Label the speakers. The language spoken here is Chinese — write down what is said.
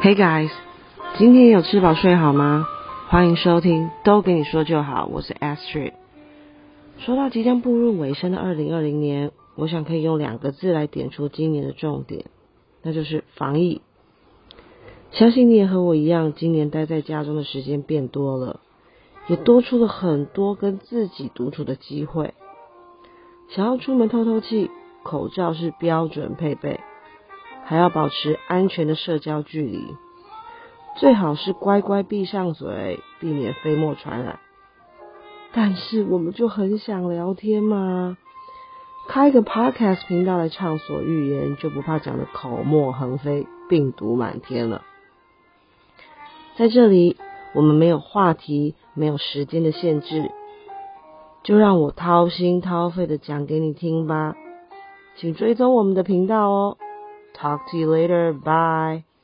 Speaker 1: Hey guys， 今天有吃饱睡好吗？欢迎收听都跟你说就好，我是 Astrid。说到即将步入尾声的2020年，我想可以用2个字来点出今年的重点，那就是防疫。相信你也和我一样，今年待在家中的时间变多了，也多出了很多跟自己独处的机会。想要出门透透气，口罩是标准配备，还要保持安全的社交距离，最好是乖乖闭上嘴，避免飞沫传染。但是我们就很想聊天嘛，开个 podcast 频道来畅所欲言，就不怕讲的口沫横飞，病毒满天了。在这里，我们没有话题，没有时间的限制，就让我掏心掏肺的讲给你听吧。请追踪我们的频道哦。Talk to you later, bye.